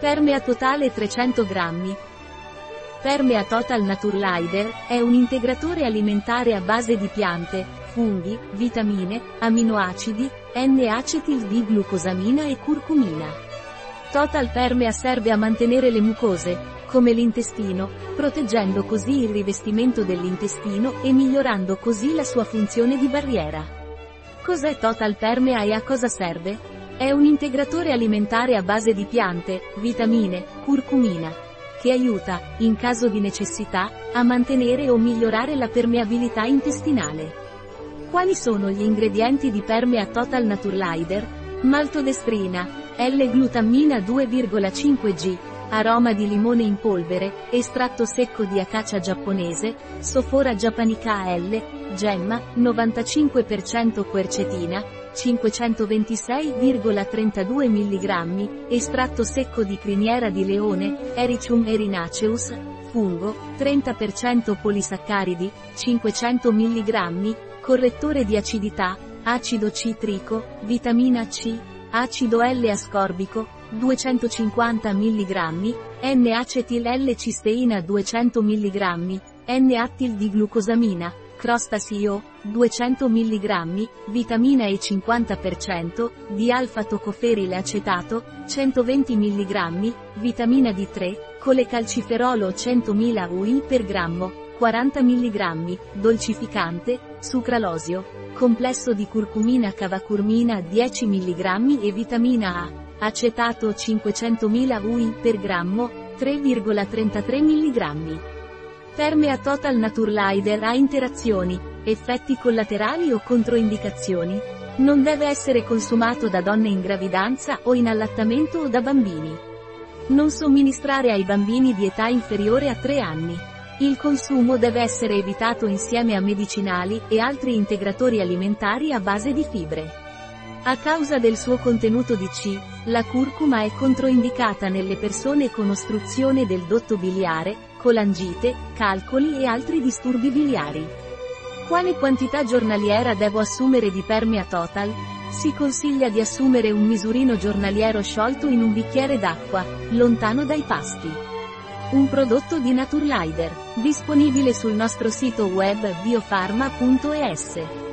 Permea totale 300 grammi. Permea Total Naturlider è un integratore alimentare a base di piante, funghi, vitamine, aminoacidi, N-acetil-D-glucosamina e curcumina. Total Permea serve a mantenere le mucose, come l'intestino, proteggendo così il rivestimento dell'intestino e migliorando così la sua funzione di barriera. Cos'è Total Permea e a cosa serve? È un integratore alimentare a base di piante, vitamine, curcumina, che aiuta, in caso di necessità, a mantenere o migliorare la permeabilità intestinale. Quali sono gli ingredienti di Permea Total Naturlider? Maltodestrina, L-glutammina 2,5G, aroma di limone in polvere, estratto secco di acacia giapponese, Sophora japonica L, gemma, 95% quercetina, 526,32 mg, estratto secco di criniera di leone, Erythrum erinaceus, fungo, 30% polisaccaridi, 500 mg, correttore di acidità, acido citrico, vitamina C, acido L-ascorbico, 250 mg, N-acetil L-cisteina 200 mg, N-attil-D-glucosamina, Crostaceo, 200 mg, vitamina E 50%, di-alfa-tocoferile acetato, 120 mg, vitamina D3, colecalciferolo 100.000 UI per grammo, 40 mg, dolcificante, sucralosio, complesso di curcumina cavacurmina 10 mg e vitamina A, acetato 500.000 UI per grammo, 3,33 mg. Permea Total Naturlider ha interazioni, effetti collaterali o controindicazioni. Non deve essere consumato da donne in gravidanza o in allattamento o da bambini. Non somministrare ai bambini di età inferiore a 3 anni. Il consumo deve essere evitato insieme a medicinali e altri integratori alimentari a base di fibre. A causa del suo contenuto di C, la curcuma è controindicata nelle persone con ostruzione del dotto biliare, colangite, calcoli e altri disturbi biliari. Quale quantità giornaliera devo assumere di Permea Total? Si consiglia di assumere un misurino giornaliero sciolto in un bicchiere d'acqua, lontano dai pasti. Un prodotto di Naturlider, disponibile sul nostro sito web biofarma.es.